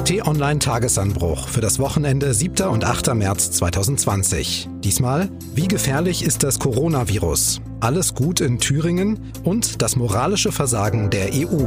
T-Online-Tagesanbruch für das Wochenende 7. und 8. März 2020. Diesmal, wie gefährlich ist das Coronavirus? Alles gut in Thüringen und das moralische Versagen der EU.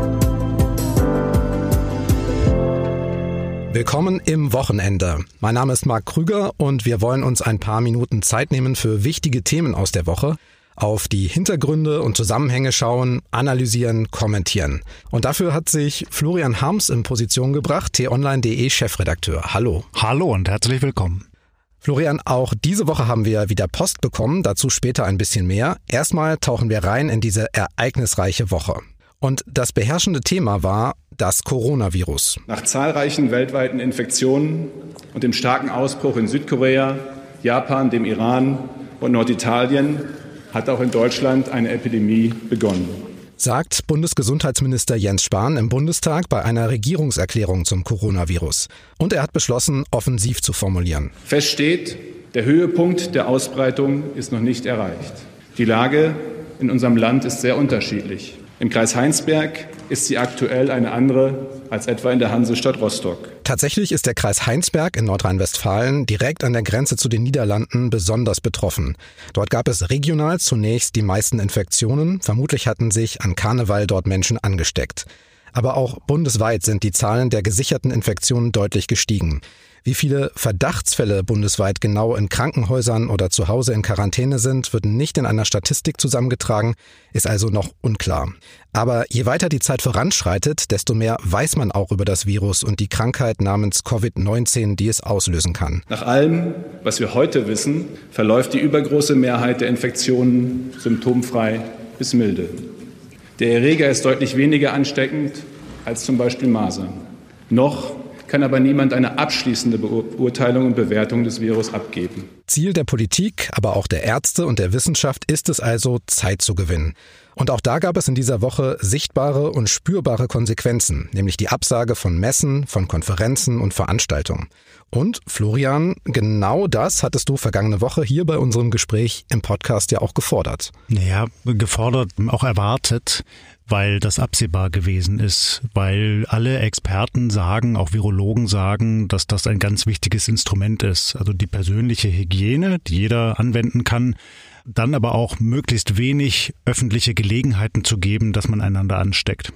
Willkommen im Wochenende. Mein Name ist Marc Krüger und wir wollen uns ein paar Minuten Zeit nehmen für wichtige Themen aus der Woche, auf die Hintergründe und Zusammenhänge schauen, analysieren, kommentieren. Und dafür hat sich Florian Harms in Position gebracht, t-online.de Chefredakteur. Hallo. Hallo und herzlich willkommen. Florian, auch diese Woche haben wir wieder Post bekommen, dazu später ein bisschen mehr. Erstmal tauchen wir rein in diese ereignisreiche Woche. Und das beherrschende Thema war das Coronavirus. Nach zahlreichen weltweiten Infektionen und dem starken Ausbruch in Südkorea, Japan, dem Iran und Norditalien hat auch in Deutschland eine Epidemie begonnen. Sagt Bundesgesundheitsminister Jens Spahn im Bundestag bei einer Regierungserklärung zum Coronavirus. Und er hat beschlossen, offensiv zu formulieren. Fest steht, der Höhepunkt der Ausbreitung ist noch nicht erreicht. Die Lage in unserem Land ist sehr unterschiedlich. Im Kreis Heinsberg ist sie aktuell eine andere als etwa in der Hansestadt Rostock. Tatsächlich ist der Kreis Heinsberg in Nordrhein-Westfalen direkt an der Grenze zu den Niederlanden besonders betroffen. Dort gab es regional zunächst die meisten Infektionen. Vermutlich hatten sich an Karneval dort Menschen angesteckt. Aber auch bundesweit sind die Zahlen der gesicherten Infektionen deutlich gestiegen. Wie viele Verdachtsfälle bundesweit genau in Krankenhäusern oder zu Hause in Quarantäne sind, wird nicht in einer Statistik zusammengetragen, ist also noch unklar. Aber je weiter die Zeit voranschreitet, desto mehr weiß man auch über das Virus und die Krankheit namens Covid-19, die es auslösen kann. Nach allem, was wir heute wissen, verläuft die übergroße Mehrheit der Infektionen symptomfrei bis milde. Der Erreger ist deutlich weniger ansteckend als zum Beispiel Masern. Noch kann aber niemand eine abschließende Beurteilung und Bewertung des Virus abgeben. Ziel der Politik, aber auch der Ärzte und der Wissenschaft ist es also, Zeit zu gewinnen. Und auch da gab es in dieser Woche sichtbare und spürbare Konsequenzen, nämlich die Absage von Messen, von Konferenzen und Veranstaltungen. Und Florian, genau das hattest du vergangene Woche hier bei unserem Gespräch im Podcast ja auch gefordert. Naja, gefordert, auch erwartet, weil das absehbar gewesen ist, weil alle Experten sagen, auch Virologen sagen, dass das ein ganz wichtiges Instrument ist. Also die persönliche Hygiene, die jeder anwenden kann, dann aber auch möglichst wenig öffentliche Gelegenheiten zu geben, dass man einander ansteckt.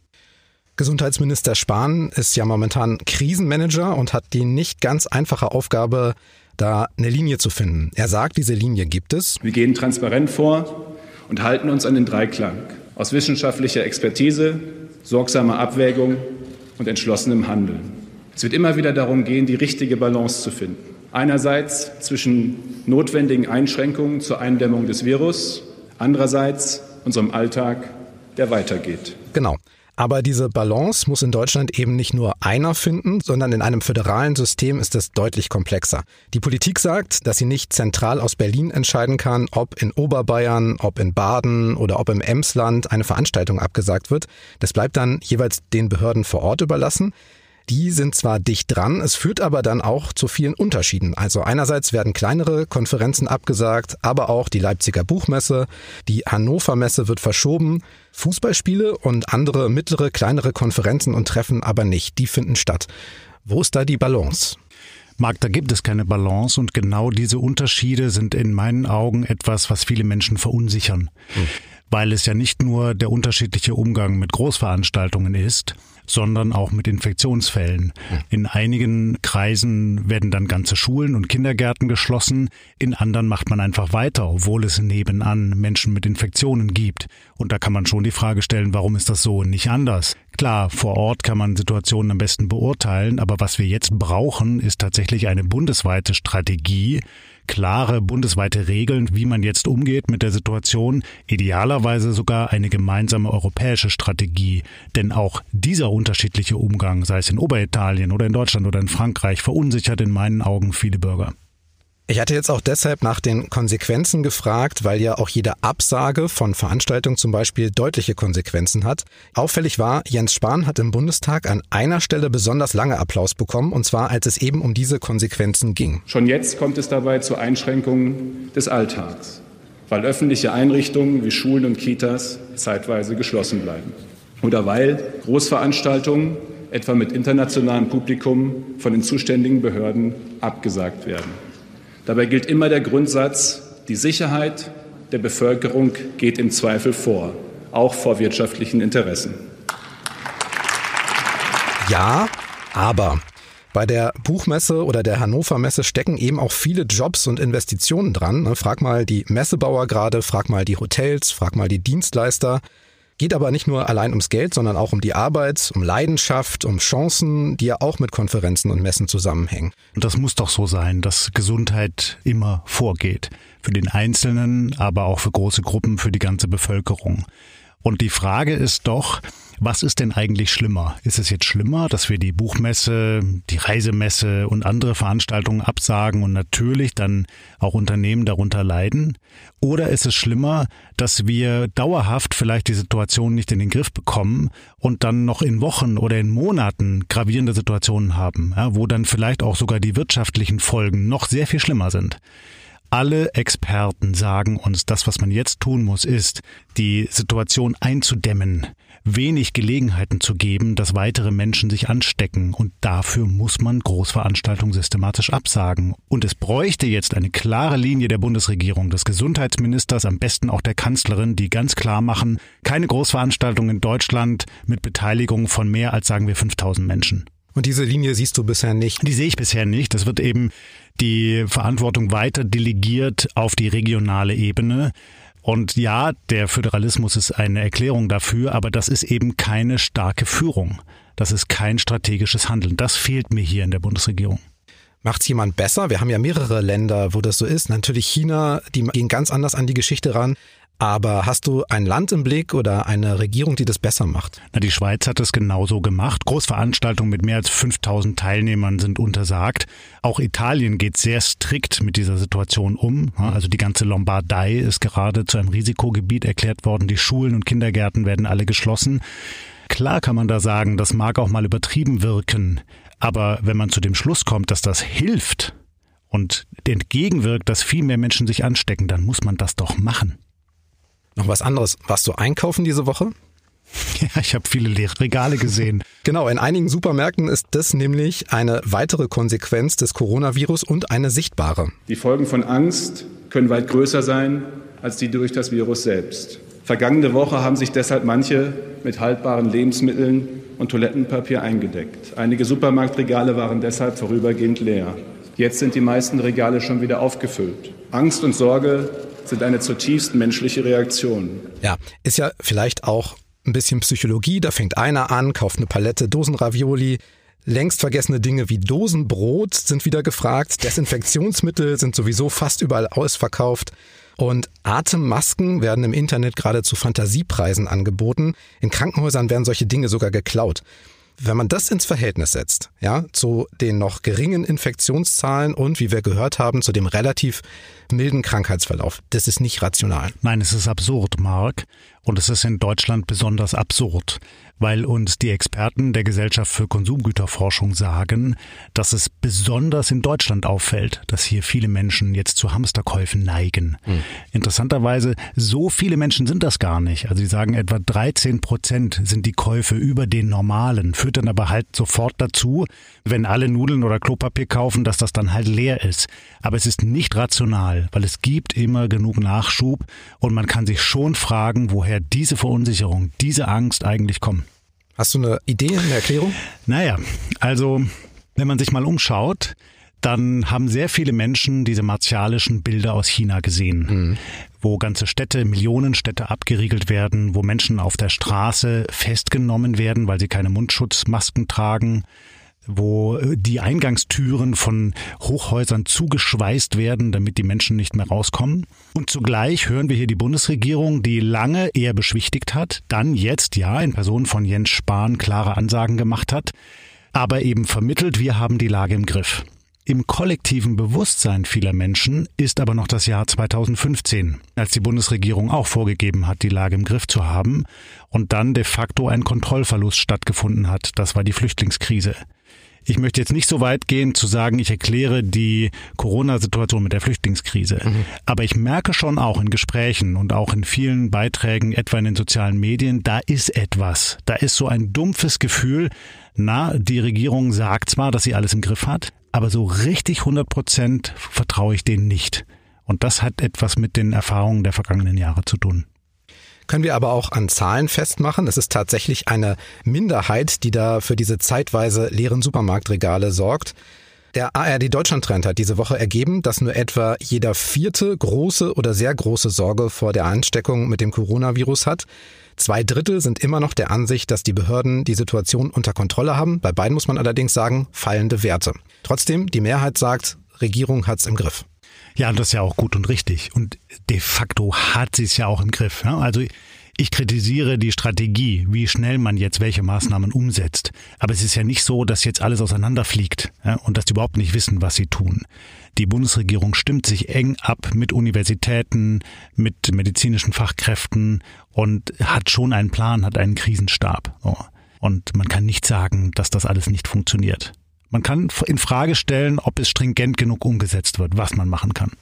Gesundheitsminister Spahn ist ja momentan Krisenmanager und hat die nicht ganz einfache Aufgabe, da eine Linie zu finden. Er sagt, diese Linie gibt es. Wir gehen transparent vor und halten uns an den Dreiklang aus wissenschaftlicher Expertise, sorgsamer Abwägung und entschlossenem Handeln. Es wird immer wieder darum gehen, die richtige Balance zu finden. Einerseits zwischen notwendigen Einschränkungen zur Eindämmung des Virus, andererseits unserem Alltag, der weitergeht. Genau. Aber diese Balance muss in Deutschland eben nicht nur einer finden, sondern in einem föderalen System ist es deutlich komplexer. Die Politik sagt, dass sie nicht zentral aus Berlin entscheiden kann, ob in Oberbayern, ob in Baden oder ob im Emsland eine Veranstaltung abgesagt wird. Das bleibt dann jeweils den Behörden vor Ort überlassen. Die sind zwar dicht dran, es führt aber dann auch zu vielen Unterschieden. Also einerseits werden kleinere Konferenzen abgesagt, aber auch die Leipziger Buchmesse, die Hannover Messe wird verschoben, Fußballspiele und andere mittlere, kleinere Konferenzen und Treffen aber nicht, die finden statt. Wo ist da die Balance? Marc, da gibt es keine Balance und genau diese Unterschiede sind in meinen Augen etwas, was viele Menschen verunsichern. Weil es ja nicht nur der unterschiedliche Umgang mit Großveranstaltungen ist, sondern auch mit Infektionsfällen. In einigen Kreisen werden dann ganze Schulen und Kindergärten geschlossen, in anderen macht man einfach weiter, obwohl es nebenan Menschen mit Infektionen gibt. Und da kann man schon die Frage stellen, warum ist das so und nicht anders? Klar, vor Ort kann man Situationen am besten beurteilen, aber was wir jetzt brauchen, ist tatsächlich eine bundesweite Strategie, klare bundesweite Regeln, wie man jetzt umgeht mit der Situation, idealerweise sogar eine gemeinsame europäische Strategie. Denn auch dieser unterschiedliche Umgang, sei es in Oberitalien oder in Deutschland oder in Frankreich, verunsichert in meinen Augen viele Bürger. Ich hatte jetzt auch deshalb nach den Konsequenzen gefragt, weil ja auch jede Absage von Veranstaltungen zum Beispiel deutliche Konsequenzen hat. Auffällig war, Jens Spahn hat im Bundestag an einer Stelle besonders lange Applaus bekommen, und zwar als es eben um diese Konsequenzen ging. Schon jetzt kommt es dabei zu Einschränkungen des Alltags, weil öffentliche Einrichtungen wie Schulen und Kitas zeitweise geschlossen bleiben. Oder weil Großveranstaltungen etwa mit internationalem Publikum, von den zuständigen Behörden abgesagt werden. Dabei gilt immer der Grundsatz, die Sicherheit der Bevölkerung geht im Zweifel vor, auch vor wirtschaftlichen Interessen. Ja, aber bei der Buchmesse oder der Hannover Messe stecken eben auch viele Jobs und Investitionen dran. Frag mal die Messebauer gerade, frag mal die Hotels, frag mal die Dienstleister. Geht aber nicht nur allein ums Geld, sondern auch um die Arbeit, um Leidenschaft, um Chancen, die ja auch mit Konferenzen und Messen zusammenhängen. Und das muss doch so sein, dass Gesundheit immer vorgeht. Für den Einzelnen, aber auch für große Gruppen, für die ganze Bevölkerung. Und die Frage ist doch, was ist denn eigentlich schlimmer? Ist es jetzt schlimmer, dass wir die Buchmesse, die Reisemesse und andere Veranstaltungen absagen und natürlich dann auch Unternehmen darunter leiden? Oder ist es schlimmer, dass wir dauerhaft vielleicht die Situation nicht in den Griff bekommen und dann noch in Wochen oder in Monaten gravierende Situationen haben, ja, wo dann vielleicht auch sogar die wirtschaftlichen Folgen noch sehr viel schlimmer sind? Alle Experten sagen uns, das, was man jetzt tun muss, ist, die Situation einzudämmen, wenig Gelegenheiten zu geben, dass weitere Menschen sich anstecken. Und dafür muss man Großveranstaltungen systematisch absagen. Und es bräuchte jetzt eine klare Linie der Bundesregierung, des Gesundheitsministers, am besten auch der Kanzlerin, die ganz klar machen, keine Großveranstaltungen in Deutschland mit Beteiligung von mehr als, sagen wir, 5.000 Menschen. Und diese Linie siehst du bisher nicht? Die sehe ich bisher nicht. Das wird eben die Verantwortung weiter delegiert auf die regionale Ebene. Und ja, der Föderalismus ist eine Erklärung dafür, aber das ist eben keine starke Führung. Das ist kein strategisches Handeln. Das fehlt mir hier in der Bundesregierung. Macht's jemand besser? Wir haben ja mehrere Länder, wo das so ist. Natürlich China, die gehen ganz anders an die Geschichte ran. Aber hast du ein Land im Blick oder eine Regierung, die das besser macht? Na, die Schweiz hat es genauso gemacht. Großveranstaltungen mit mehr als 5.000 Teilnehmern sind untersagt. Auch Italien geht sehr strikt mit dieser Situation um. Also die ganze Lombardei ist gerade zu einem Risikogebiet erklärt worden. Die Schulen und Kindergärten werden alle geschlossen. Klar kann man da sagen, das mag auch mal übertrieben wirken. Aber wenn man zu dem Schluss kommt, dass das hilft und entgegenwirkt, dass viel mehr Menschen sich anstecken, dann muss man das doch machen. Noch was anderes. Warst du einkaufen diese Woche? Ja, ich habe viele leere Regale gesehen. Genau, in einigen Supermärkten ist das nämlich eine weitere Konsequenz des Coronavirus und eine sichtbare. Die Folgen von Angst können weit größer sein als die durch das Virus selbst. Vergangene Woche haben sich deshalb manche mit haltbaren Lebensmitteln und Toilettenpapier eingedeckt. Einige Supermarktregale waren deshalb vorübergehend leer. Jetzt sind die meisten Regale schon wieder aufgefüllt. Angst und Sorge sind eine zutiefst menschliche Reaktion. Ja, ist ja vielleicht auch ein bisschen Psychologie. Da fängt einer an, kauft eine Palette Dosenravioli. Längst vergessene Dinge wie Dosenbrot sind wieder gefragt. Desinfektionsmittel sind sowieso fast überall ausverkauft. Und Atemmasken werden im Internet gerade zu Fantasiepreisen angeboten. In Krankenhäusern werden solche Dinge sogar geklaut. Wenn man das ins Verhältnis setzt, ja, zu den noch geringen Infektionszahlen und, wie wir gehört haben, zu dem relativ milden Krankheitsverlauf, das ist nicht rational. Nein, es ist absurd, Marc. Und es ist in Deutschland besonders absurd, weil uns die Experten der Gesellschaft für Konsumgüterforschung sagen, dass es besonders in Deutschland auffällt, dass hier viele Menschen jetzt zu Hamsterkäufen neigen. Interessanterweise, so viele Menschen sind das gar nicht. Also sie sagen, etwa 13% sind die Käufe über den normalen, führt dann aber halt sofort dazu, wenn alle Nudeln oder Klopapier kaufen, dass das dann halt leer ist. Aber es ist nicht rational, weil es gibt immer genug Nachschub und man kann sich schon fragen, woher diese Verunsicherung, diese Angst eigentlich kommen. Hast du eine Idee, eine Erklärung? Naja, also wenn man sich mal umschaut, dann haben sehr viele Menschen diese martialischen Bilder aus China gesehen, wo ganze Städte, Millionenstädte abgeriegelt werden, wo Menschen auf der Straße festgenommen werden, weil sie keine Mundschutzmasken tragen, wo die Eingangstüren von Hochhäusern zugeschweißt werden, damit die Menschen nicht mehr rauskommen. Und zugleich hören wir hier die Bundesregierung, die lange eher beschwichtigt hat, dann jetzt, ja, in Person von Jens Spahn klare Ansagen gemacht hat, aber eben vermittelt, wir haben die Lage im Griff. Im kollektiven Bewusstsein vieler Menschen ist aber noch das Jahr 2015, als die Bundesregierung auch vorgegeben hat, die Lage im Griff zu haben und dann de facto ein Kontrollverlust stattgefunden hat. Das war die Flüchtlingskrise. Ich möchte jetzt nicht so weit gehen zu sagen, ich erkläre die Corona-Situation mit der Flüchtlingskrise. Aber ich merke schon auch in Gesprächen und auch in vielen Beiträgen, etwa in den sozialen Medien, da ist etwas. Da ist so ein dumpfes Gefühl, die Regierung sagt zwar, dass sie alles im Griff hat, aber so richtig 100% vertraue ich denen nicht. Und das hat etwas mit den Erfahrungen der vergangenen Jahre zu tun. Können wir aber auch an Zahlen festmachen. Es ist tatsächlich eine Minderheit, die da für diese zeitweise leeren Supermarktregale sorgt. Der ARD Deutschland-Trend hat diese Woche ergeben, dass nur etwa jeder 4. große oder sehr große Sorge vor der Ansteckung mit dem Coronavirus hat. 2/3 sind immer noch der Ansicht, dass die Behörden die Situation unter Kontrolle haben. Bei beiden muss man allerdings sagen, fallende Werte. Trotzdem, die Mehrheit sagt, Regierung hat's im Griff. Ja, das ist ja auch gut und richtig. Und de facto hat sie es ja auch im Griff. Also ich kritisiere die Strategie, wie schnell man jetzt welche Maßnahmen umsetzt. Aber es ist ja nicht so, dass jetzt alles auseinanderfliegt und dass die überhaupt nicht wissen, was sie tun. Die Bundesregierung stimmt sich eng ab mit Universitäten, mit medizinischen Fachkräften und hat schon einen Plan, hat einen Krisenstab. Und man kann nicht sagen, dass das alles nicht funktioniert. Man kann in Frage stellen, ob es stringent genug umgesetzt wird, was man machen kann.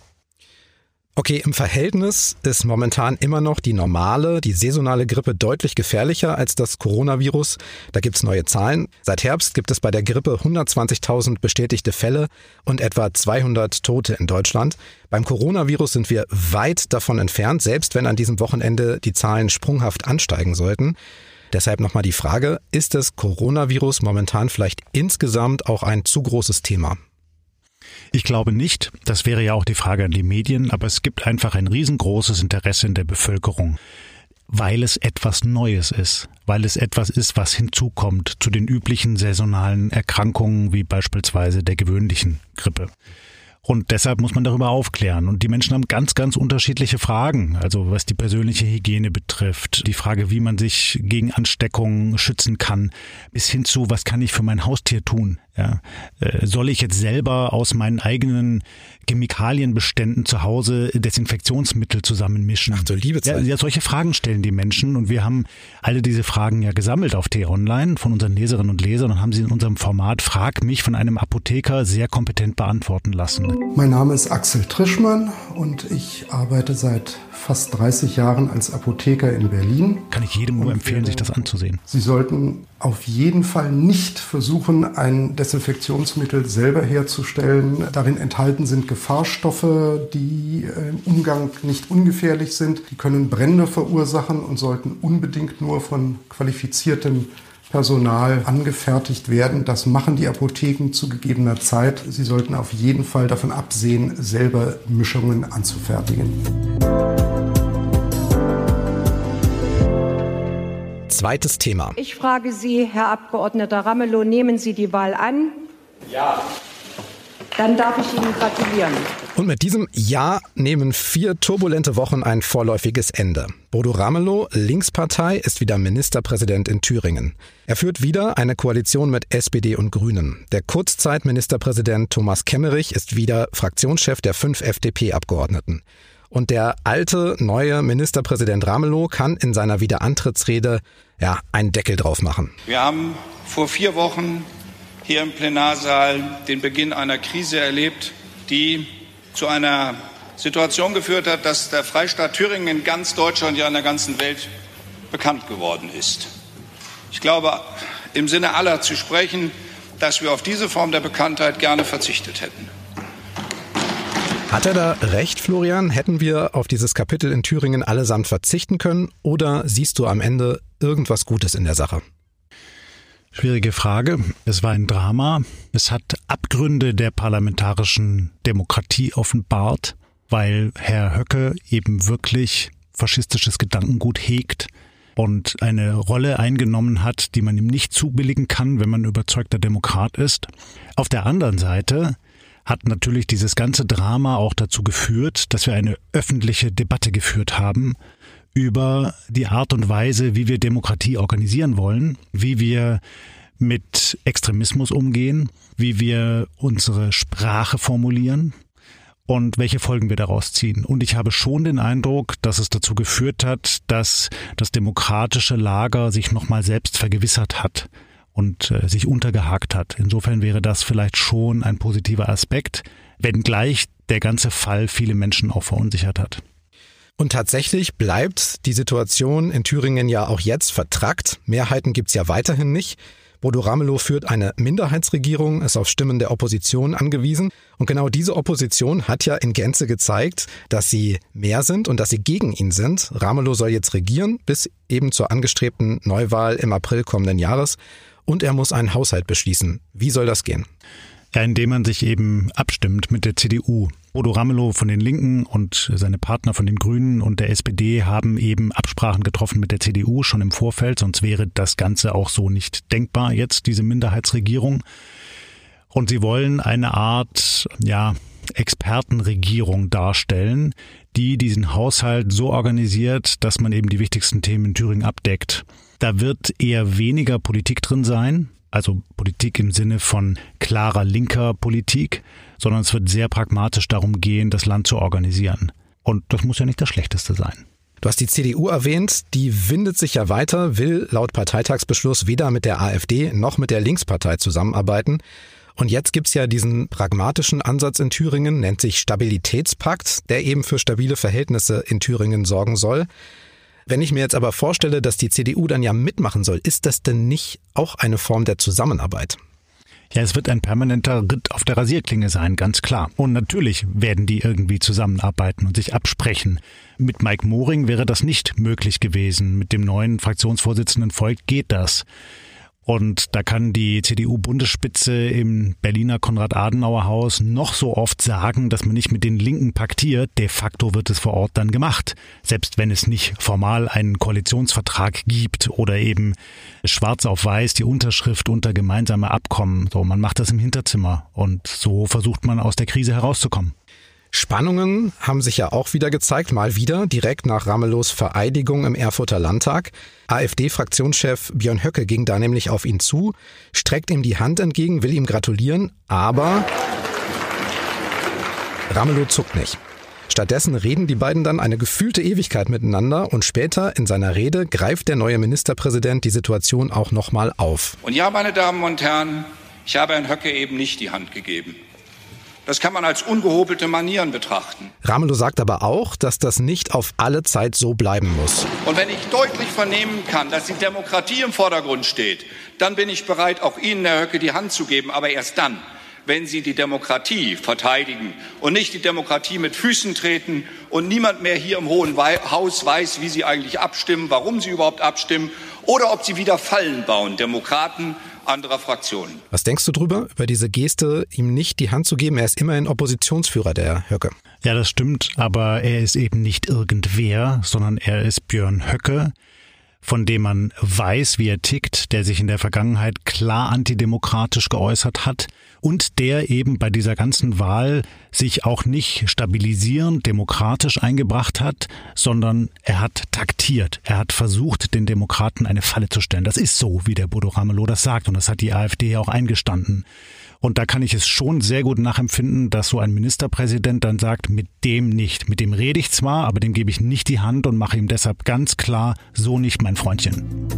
Okay, im Verhältnis ist momentan immer noch die saisonale Grippe deutlich gefährlicher als das Coronavirus. Da gibt's neue Zahlen. Seit Herbst gibt es bei der Grippe 120.000 bestätigte Fälle und etwa 200 Tote in Deutschland. Beim Coronavirus sind wir weit davon entfernt, selbst wenn an diesem Wochenende die Zahlen sprunghaft ansteigen sollten. Deshalb nochmal die Frage, ist das Coronavirus momentan vielleicht insgesamt auch ein zu großes Thema? Ich glaube nicht. Das wäre ja auch die Frage an die Medien. Aber es gibt einfach ein riesengroßes Interesse in der Bevölkerung, weil es etwas Neues ist. Weil es etwas ist, was hinzukommt zu den üblichen saisonalen Erkrankungen, wie beispielsweise der gewöhnlichen Grippe. Und deshalb muss man darüber aufklären. Und die Menschen haben ganz, ganz unterschiedliche Fragen. Also was die persönliche Hygiene betrifft, die Frage, wie man sich gegen Ansteckungen schützen kann, bis hin zu, was kann ich für mein Haustier tun? Ja, soll ich jetzt selber aus meinen eigenen Chemikalienbeständen zu Hause Desinfektionsmittel zusammenmischen? Ach du liebe Zeit. Ja, solche Fragen stellen die Menschen und wir haben alle diese Fragen ja gesammelt auf T-Online von unseren Leserinnen und Lesern und haben sie in unserem Format Frag mich von einem Apotheker sehr kompetent beantworten lassen. Mein Name ist Axel Trischmann und ich arbeite seit fast 30 Jahren als Apotheker in Berlin. Kann ich jedem nur empfehlen, sich das anzusehen. Sie sollten auf jeden Fall nicht versuchen, ein Desinfektionsmittel selber herzustellen. Darin enthalten sind Gefahrstoffe, die im Umgang nicht ungefährlich sind. Die können Brände verursachen und sollten unbedingt nur von qualifiziertem Personal angefertigt werden. Das machen die Apotheken zu gegebener Zeit. Sie sollten auf jeden Fall davon absehen, selber Mischungen anzufertigen. Zweites Thema. Ich frage Sie, Herr Abgeordneter Ramelow, nehmen Sie die Wahl an? Ja. Dann darf ich Ihnen gratulieren. Und mit diesem Ja nehmen 4 turbulente Wochen ein vorläufiges Ende. Bodo Ramelow, Linkspartei, ist wieder Ministerpräsident in Thüringen. Er führt wieder eine Koalition mit SPD und Grünen. Der Kurzzeitministerpräsident Thomas Kemmerich ist wieder Fraktionschef der 5 FDP-Abgeordneten. Und der alte, neue Ministerpräsident Ramelow kann in seiner Wiederantrittsrede einen Deckel drauf machen. Wir haben vor 4 Wochen hier im Plenarsaal den Beginn einer Krise erlebt, die zu einer Situation geführt hat, dass der Freistaat Thüringen in ganz Deutschland, ja in der ganzen Welt bekannt geworden ist. Ich glaube, im Sinne aller zu sprechen, dass wir auf diese Form der Bekanntheit gerne verzichtet hätten. Hat er da recht, Florian? Hätten wir auf dieses Kapitel in Thüringen allesamt verzichten können? Oder siehst du am Ende irgendwas Gutes in der Sache? Schwierige Frage. Es war ein Drama. Es hat Abgründe der parlamentarischen Demokratie offenbart, weil Herr Höcke eben wirklich faschistisches Gedankengut hegt und eine Rolle eingenommen hat, die man ihm nicht zubilligen kann, wenn man überzeugter Demokrat ist. Auf der anderen Seite hat natürlich dieses ganze Drama auch dazu geführt, dass wir eine öffentliche Debatte geführt haben über die Art und Weise, wie wir Demokratie organisieren wollen, wie wir mit Extremismus umgehen, wie wir unsere Sprache formulieren und welche Folgen wir daraus ziehen. Und ich habe schon den Eindruck, dass es dazu geführt hat, dass das demokratische Lager sich nochmal selbst vergewissert hat und sich untergehakt hat. Insofern wäre das vielleicht schon ein positiver Aspekt, wenngleich der ganze Fall viele Menschen auch verunsichert hat. Und tatsächlich bleibt die Situation in Thüringen ja auch jetzt vertrackt. Mehrheiten gibt's ja weiterhin nicht. Bodo Ramelow führt eine Minderheitsregierung, ist auf Stimmen der Opposition angewiesen. Und genau diese Opposition hat ja in Gänze gezeigt, dass sie mehr sind und dass sie gegen ihn sind. Ramelow soll jetzt regieren, bis eben zur angestrebten Neuwahl im April kommenden Jahres. Und er muss einen Haushalt beschließen. Wie soll das gehen? Ja, indem man sich eben abstimmt mit der CDU. Bodo Ramelow von den Linken und seine Partner von den Grünen und der SPD haben eben Absprachen getroffen mit der CDU schon im Vorfeld, sonst wäre das Ganze auch so nicht denkbar jetzt, diese Minderheitsregierung. Und sie wollen eine Art, Expertenregierung darstellen, die diesen Haushalt so organisiert, dass man eben die wichtigsten Themen in Thüringen abdeckt. Da wird eher weniger Politik drin sein. Also Politik im Sinne von klarer linker Politik, sondern es wird sehr pragmatisch darum gehen, das Land zu organisieren. Und das muss ja nicht das Schlechteste sein. Du hast die CDU erwähnt, die windet sich ja weiter, will laut Parteitagsbeschluss weder mit der AfD noch mit der Linkspartei zusammenarbeiten. Und jetzt gibt's ja diesen pragmatischen Ansatz in Thüringen, nennt sich Stabilitätspakt, der eben für stabile Verhältnisse in Thüringen sorgen soll. Wenn ich mir jetzt aber vorstelle, dass die CDU dann ja mitmachen soll, ist das denn nicht auch eine Form der Zusammenarbeit? Ja, es wird ein permanenter Ritt auf der Rasierklinge sein, ganz klar. Und natürlich werden die irgendwie zusammenarbeiten und sich absprechen. Mit Mike Moring wäre das nicht möglich gewesen. Mit dem neuen Fraktionsvorsitzenden Voigt geht das. Und da kann die CDU-Bundesspitze im Berliner Konrad-Adenauer-Haus noch so oft sagen, dass man nicht mit den Linken paktiert. De facto wird es vor Ort dann gemacht. Selbst wenn es nicht formal einen Koalitionsvertrag gibt oder eben schwarz auf weiß die Unterschrift unter gemeinsame Abkommen. So, man macht das im Hinterzimmer und so versucht man aus der Krise herauszukommen. Spannungen haben sich ja auch wieder gezeigt, mal wieder, direkt nach Ramelows Vereidigung im Erfurter Landtag. AfD-Fraktionschef Björn Höcke ging da nämlich auf ihn zu, streckt ihm die Hand entgegen, will ihm gratulieren, aber Ramelow zuckt nicht. Stattdessen reden die beiden dann eine gefühlte Ewigkeit miteinander und später in seiner Rede greift der neue Ministerpräsident die Situation auch nochmal auf. Und ja, meine Damen und Herren, ich habe Herrn Höcke eben nicht die Hand gegeben. Das kann man als ungehobelte Manieren betrachten. Ramelow sagt aber auch, dass das nicht auf alle Zeit so bleiben muss. Und wenn ich deutlich vernehmen kann, dass die Demokratie im Vordergrund steht, dann bin ich bereit, auch Ihnen, Herr Höcke, die Hand zu geben. Aber erst dann, wenn Sie die Demokratie verteidigen und nicht die Demokratie mit Füßen treten und niemand mehr hier im Hohen Haus weiß, wie Sie eigentlich abstimmen, warum Sie überhaupt abstimmen oder ob Sie wieder Fallen bauen, Demokraten anderer Fraktionen. Was denkst du drüber, über diese Geste, ihm nicht die Hand zu geben? Er ist immerhin Oppositionsführer, der Höcke. Ja, das stimmt, aber er ist eben nicht irgendwer, sondern er ist Björn Höcke, von dem man weiß, wie er tickt, der sich in der Vergangenheit klar antidemokratisch geäußert hat und der eben bei dieser ganzen Wahl sich auch nicht stabilisierend demokratisch eingebracht hat, sondern er hat taktiert. Er hat versucht, den Demokraten eine Falle zu stellen. Das ist so, wie der Bodo Ramelow das sagt und das hat die AfD auch eingestanden. Und da kann ich es schon sehr gut nachempfinden, dass so ein Ministerpräsident dann sagt, mit dem nicht. Mit dem rede ich zwar, aber dem gebe ich nicht die Hand und mache ihm deshalb ganz klar, so nicht mein Freundchen.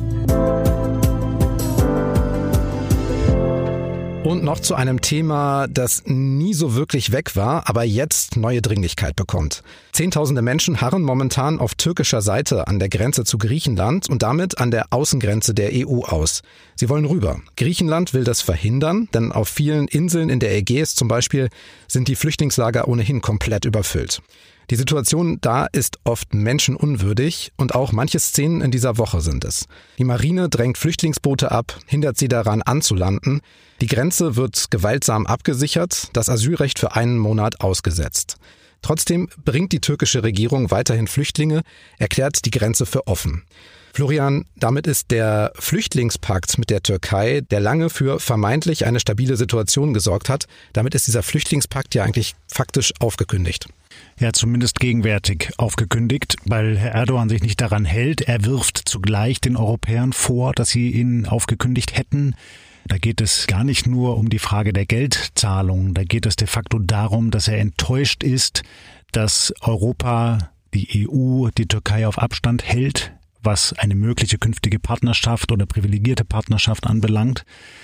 Und noch zu einem Thema, das nie so wirklich weg war, aber jetzt neue Dringlichkeit bekommt. Zehntausende Menschen harren momentan auf türkischer Seite an der Grenze zu Griechenland und damit an der Außengrenze der EU aus. Sie wollen rüber. Griechenland will das verhindern, denn auf vielen Inseln in der Ägäis zum Beispiel sind die Flüchtlingslager ohnehin komplett überfüllt. Die Situation da ist oft menschenunwürdig und auch manche Szenen in dieser Woche sind es. Die Marine drängt Flüchtlingsboote ab, hindert sie daran anzulanden. Die Grenze wird gewaltsam abgesichert, das Asylrecht für einen Monat ausgesetzt. Trotzdem bringt die türkische Regierung weiterhin Flüchtlinge, erklärt die Grenze für offen. Florian, damit ist der Flüchtlingspakt mit der Türkei, der lange für vermeintlich eine stabile Situation gesorgt hat, damit ist dieser Flüchtlingspakt ja eigentlich faktisch aufgekündigt. Ja, zumindest gegenwärtig aufgekündigt, weil Herr Erdogan sich nicht daran hält. Er wirft zugleich den Europäern vor, dass sie ihn aufgekündigt hätten. Da geht es gar nicht nur um die Frage der Geldzahlung. Da geht es de facto darum, dass er enttäuscht ist, dass Europa, die EU, die Türkei auf Abstand hält was eine mögliche künftige Partnerschaft oder privilegierte Partnerschaft anbelangt.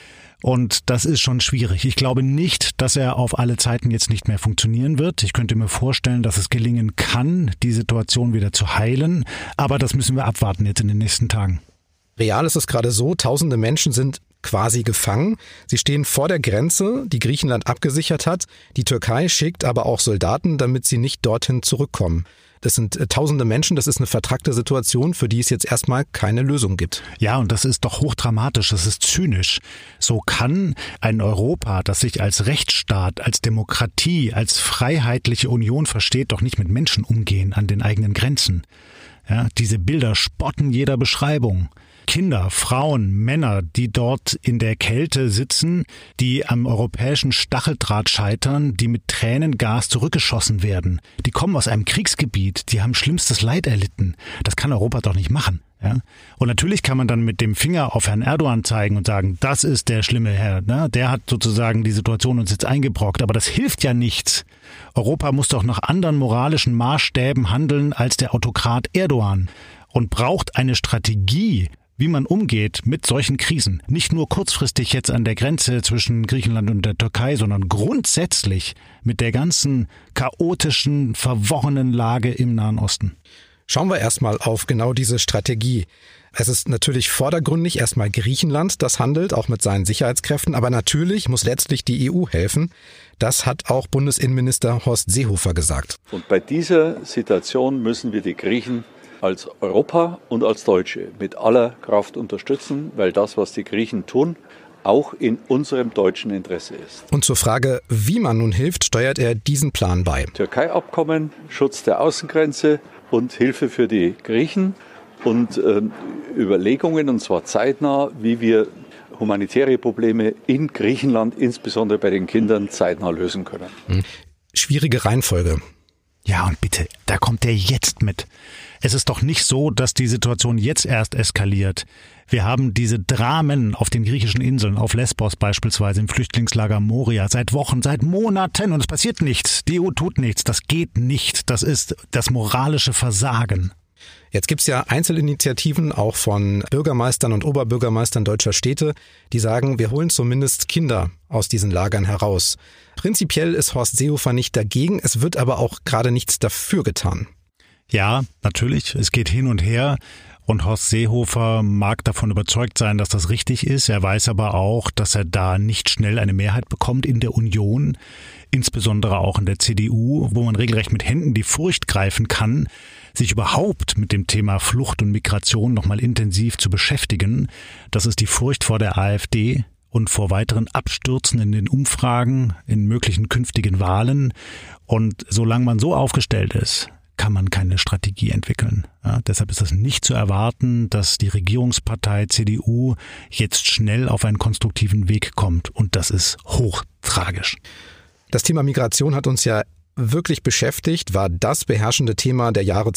Und das ist schon schwierig. Ich glaube nicht, dass er auf alle Zeiten jetzt nicht mehr funktionieren wird. Ich könnte mir vorstellen, dass es gelingen kann, die Situation wieder zu heilen. Aber das müssen wir abwarten jetzt in den nächsten Tagen. Real ist es gerade so, tausende Menschen sind quasi gefangen. Sie stehen vor der Grenze, die Griechenland abgesichert hat. Die Türkei schickt aber auch Soldaten, damit sie nicht dorthin zurückkommen. Das sind tausende Menschen, das ist eine vertrackte Situation, für die es jetzt erstmal keine Lösung gibt. Ja, und das ist doch hochdramatisch, das ist zynisch. So kann ein Europa, das sich als Rechtsstaat, als Demokratie, als freiheitliche Union versteht, doch nicht mit Menschen umgehen an den eigenen Grenzen. Ja, diese Bilder spotten jeder Beschreibung. Kinder, Frauen, Männer, die dort in der Kälte sitzen, die am europäischen Stacheldraht scheitern, die mit Tränengas zurückgeschossen werden. Die kommen aus einem Kriegsgebiet, die haben schlimmstes Leid erlitten. Das kann Europa doch nicht machen. Ja? Und natürlich kann man dann mit dem Finger auf Herrn Erdogan zeigen und sagen, das ist der schlimme Herr. Ne? Der hat sozusagen die Situation uns jetzt eingebrockt. Aber das hilft ja nichts. Europa muss doch nach anderen moralischen Maßstäben handeln als der Autokrat Erdogan und braucht eine Strategie, wie man umgeht mit solchen Krisen. Nicht nur kurzfristig jetzt an der Grenze zwischen Griechenland und der Türkei, sondern grundsätzlich mit der ganzen chaotischen, verworrenen Lage im Nahen Osten. Schauen wir erstmal auf genau diese Strategie. Es ist natürlich vordergründig erstmal Griechenland, das handelt, auch mit seinen Sicherheitskräften. Aber natürlich muss letztlich die EU helfen. Das hat auch Bundesinnenminister Horst Seehofer gesagt. Und bei dieser Situation müssen wir die Griechen als Europa und als Deutsche mit aller Kraft unterstützen, weil das, was die Griechen tun, auch in unserem deutschen Interesse ist. Und zur Frage, wie man nun hilft, steuert er diesen Plan bei. Türkei-Abkommen, Schutz der Außengrenze und Hilfe für die Griechen und Überlegungen, und zwar zeitnah, wie wir humanitäre Probleme in Griechenland, insbesondere bei den Kindern, zeitnah lösen können. Schwierige Reihenfolge. Ja, und bitte, da kommt der jetzt mit. Es ist doch nicht so, dass die Situation jetzt erst eskaliert. Wir haben diese Dramen auf den griechischen Inseln, auf Lesbos beispielsweise, im Flüchtlingslager Moria, seit Wochen, seit Monaten, und es passiert nichts. Die EU tut nichts. Das geht nicht. Das ist das moralische Versagen. Jetzt gibt's ja Einzelinitiativen auch von Bürgermeistern und Oberbürgermeistern deutscher Städte, die sagen, wir holen zumindest Kinder aus diesen Lagern heraus. Prinzipiell ist Horst Seehofer nicht dagegen, es wird aber auch gerade nichts dafür getan. Ja, natürlich, es geht hin und her. Und Horst Seehofer mag davon überzeugt sein, dass das richtig ist. Er weiß aber auch, dass er da nicht schnell eine Mehrheit bekommt in der Union, insbesondere auch in der CDU, wo man regelrecht mit Händen die Furcht greifen kann, sich überhaupt mit dem Thema Flucht und Migration nochmal intensiv zu beschäftigen. Das ist die Furcht vor der AfD und vor weiteren Abstürzen in den Umfragen, in möglichen künftigen Wahlen. Und solange man so aufgestellt ist, kann man keine Strategie entwickeln. Ja, deshalb ist es nicht zu erwarten, dass die Regierungspartei CDU jetzt schnell auf einen konstruktiven Weg kommt. Und das ist hochtragisch. Das Thema Migration hat uns ja wirklich beschäftigt, war das beherrschende Thema der Jahre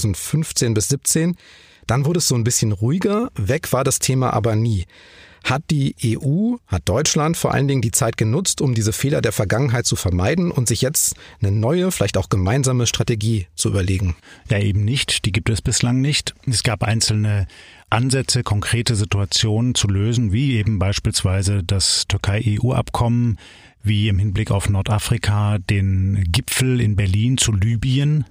2015 bis 2017. Dann wurde es so ein bisschen ruhiger, weg war das Thema aber nie. Hat die EU, hat Deutschland vor allen Dingen die Zeit genutzt, um diese Fehler der Vergangenheit zu vermeiden und sich jetzt eine neue, vielleicht auch gemeinsame Strategie zu überlegen? Ja, eben nicht. Die gibt es bislang nicht. Es gab einzelne Ansätze, konkrete Situationen zu lösen, wie eben beispielsweise das Türkei-EU-Abkommen, wie im Hinblick auf Nordafrika den Gipfel in Berlin zu Libyen,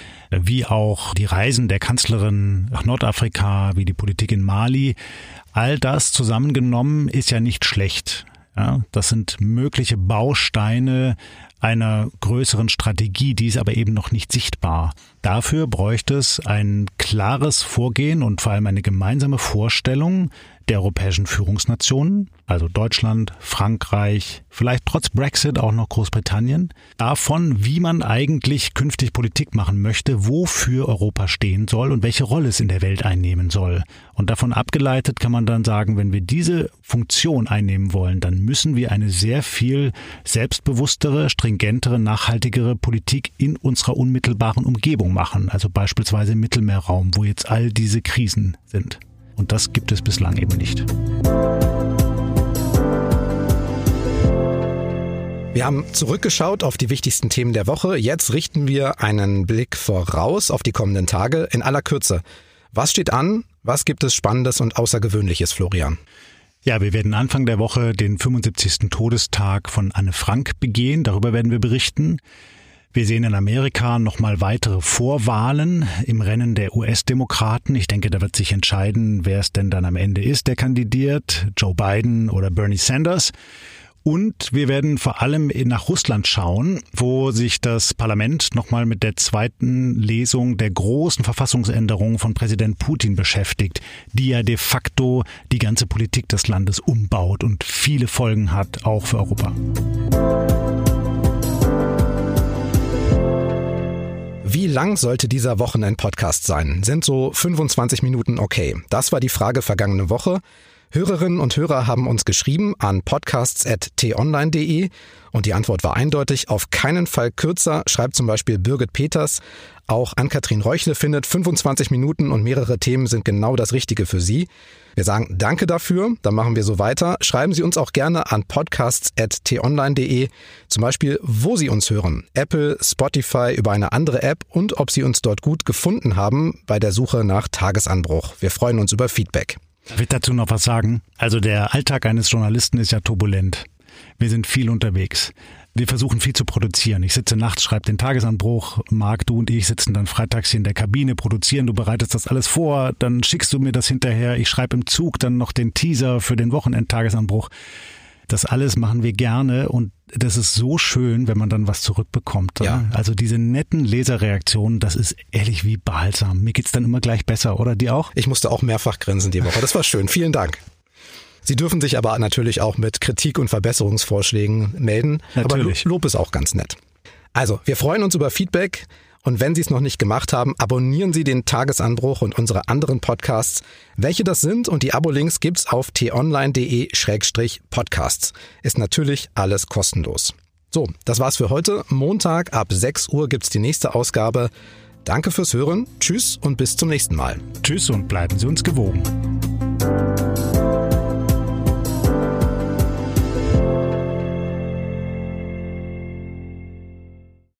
wie auch die Reisen der Kanzlerin nach Nordafrika, wie die Politik in Mali. All das zusammengenommen ist ja nicht schlecht. Ja, das sind mögliche Bausteine einer größeren Strategie, die ist aber eben noch nicht sichtbar. Dafür bräuchte es ein klares Vorgehen und vor allem eine gemeinsame Vorstellung der europäischen Führungsnationen, also Deutschland, Frankreich, vielleicht trotz Brexit auch noch Großbritannien, davon, wie man eigentlich künftig Politik machen möchte, wofür Europa stehen soll und welche Rolle es in der Welt einnehmen soll. Und davon abgeleitet kann man dann sagen, wenn wir diese Funktion einnehmen wollen, dann müssen wir eine sehr viel selbstbewusstere, stringentere, nachhaltigere Politik in unserer unmittelbaren Umgebung machen, also beispielsweise im Mittelmeerraum, wo jetzt all diese Krisen sind. Und das gibt es bislang eben nicht. Wir haben zurückgeschaut auf die wichtigsten Themen der Woche. Jetzt richten wir einen Blick voraus auf die kommenden Tage in aller Kürze. Was steht an? Was gibt es Spannendes und Außergewöhnliches, Florian? Ja, wir werden Anfang der Woche den 75. Todestag von Anne Frank begehen. Darüber werden wir berichten. Wir sehen in Amerika nochmal weitere Vorwahlen im Rennen der US-Demokraten. Ich denke, da wird sich entscheiden, wer es denn dann am Ende ist, der kandidiert, Joe Biden oder Bernie Sanders. Und wir werden vor allem nach Russland schauen, wo sich das Parlament nochmal mit der zweiten Lesung der großen Verfassungsänderung von Präsident Putin beschäftigt, die ja de facto die ganze Politik des Landes umbaut und viele Folgen hat, auch für Europa. Wie lang sollte dieser Wochenend-Podcast sein? Sind so 25 Minuten okay? Das war die Frage vergangene Woche. Hörerinnen und Hörer haben uns geschrieben an podcasts@t-online.de und die Antwort war eindeutig, auf keinen Fall kürzer, schreibt zum Beispiel Birgit Peters. Auch Ann-Kathrin Reuchle findet, 25 Minuten und mehrere Themen sind genau das Richtige für Sie. Wir sagen danke dafür, dann machen wir so weiter. Schreiben Sie uns auch gerne an podcasts@t-online.de, zum Beispiel, wo Sie uns hören. Apple, Spotify, über eine andere App und ob Sie uns dort gut gefunden haben bei der Suche nach Tagesanbruch. Wir freuen uns über Feedback. Darf ich dazu noch was sagen? Also der Alltag eines Journalisten ist ja turbulent. Wir sind viel unterwegs. Wir versuchen viel zu produzieren. Ich sitze nachts, schreibe den Tagesanbruch. Marc, du und ich sitzen dann freitags hier in der Kabine, produzieren. Du bereitest das alles vor, dann schickst du mir das hinterher. Ich schreibe im Zug dann noch den Teaser für den Wochenendtagesanbruch. Das alles machen wir gerne und das ist so schön, wenn man dann was zurückbekommt. Ja. Also diese netten Leserreaktionen, das ist ehrlich wie balsam. Mir geht's dann immer gleich besser, oder dir auch? Ich musste auch mehrfach grinsen die Woche. Das war schön. Vielen Dank. Sie dürfen sich aber natürlich auch mit Kritik und Verbesserungsvorschlägen melden. Natürlich. Aber Lob ist auch ganz nett. Also, wir freuen uns über Feedback. Und wenn Sie es noch nicht gemacht haben, abonnieren Sie den Tagesanbruch und unsere anderen Podcasts. Welche das sind und die Abo-Links gibt's auf t-online.de/podcasts. Ist natürlich alles kostenlos. So, das war's für heute. Montag ab 6 Uhr gibt's die nächste Ausgabe. Danke fürs Hören. Tschüss und bis zum nächsten Mal. Tschüss und bleiben Sie uns gewogen.